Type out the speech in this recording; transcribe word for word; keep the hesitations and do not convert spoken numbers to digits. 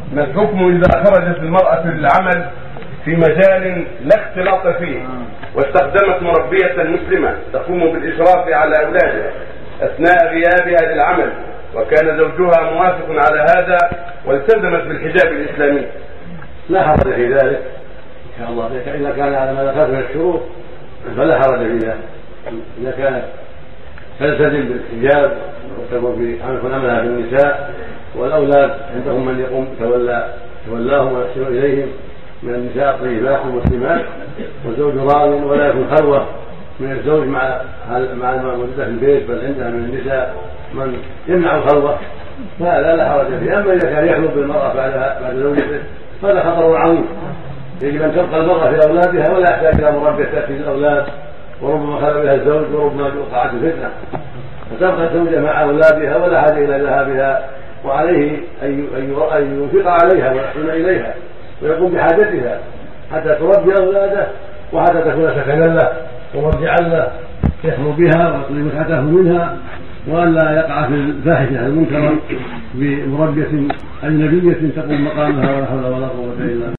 ما الحكم إذا خرجت المرأة للعمل في مجال لا اختلاط فيه واستخدمت مربية مسلمة تقوم بالإشراف على أولادها أثناء غيابها للعمل، وكان زوجها موافق على هذا والتزمت بالحجاب الإسلامي؟ لا حرج في ذلك إن شاء الله، إذا كان على ما ذكرت من الشروط فلا حرج في ذلك. إذا كانت تلتزم بالحجاب وتكون في عمل عملها بالنساء والأولاد عندهم من يقوم تولى تولاهم ويحسن إليهم من النساء الطيبات المسلمات، والزوج راض ولا يكون خلوة من الزوج مع مع الموجودة في البيت، بل عندها من النساء من يمنع الخلوة، فهذا لا حرج فيه. أما إذا كان يخلو بالمرأة بعد زوجته فهذا خطر عظيم، يجب أن تبقى المرأة في أولادها ولا يحتاج إلى مربية تأتي الأولاد، وربما خلى بها الزوج وربما وقعت الفتنة، فتبقى الزوجة مع أولادها ولا حاجة إلى ذهابها، وعليه أن ينفق عليها ويحسن إليها ويقوم بحاجتها حتى تربي أولاده وحتى تكون سكنا له ومرجعا له يحمو بها ويطلب متعته منها، وألا يقع في الفاحشة المنكرة بمربية أجنبية تقوم مقامها ولا حول ولا قوة إلا بالله.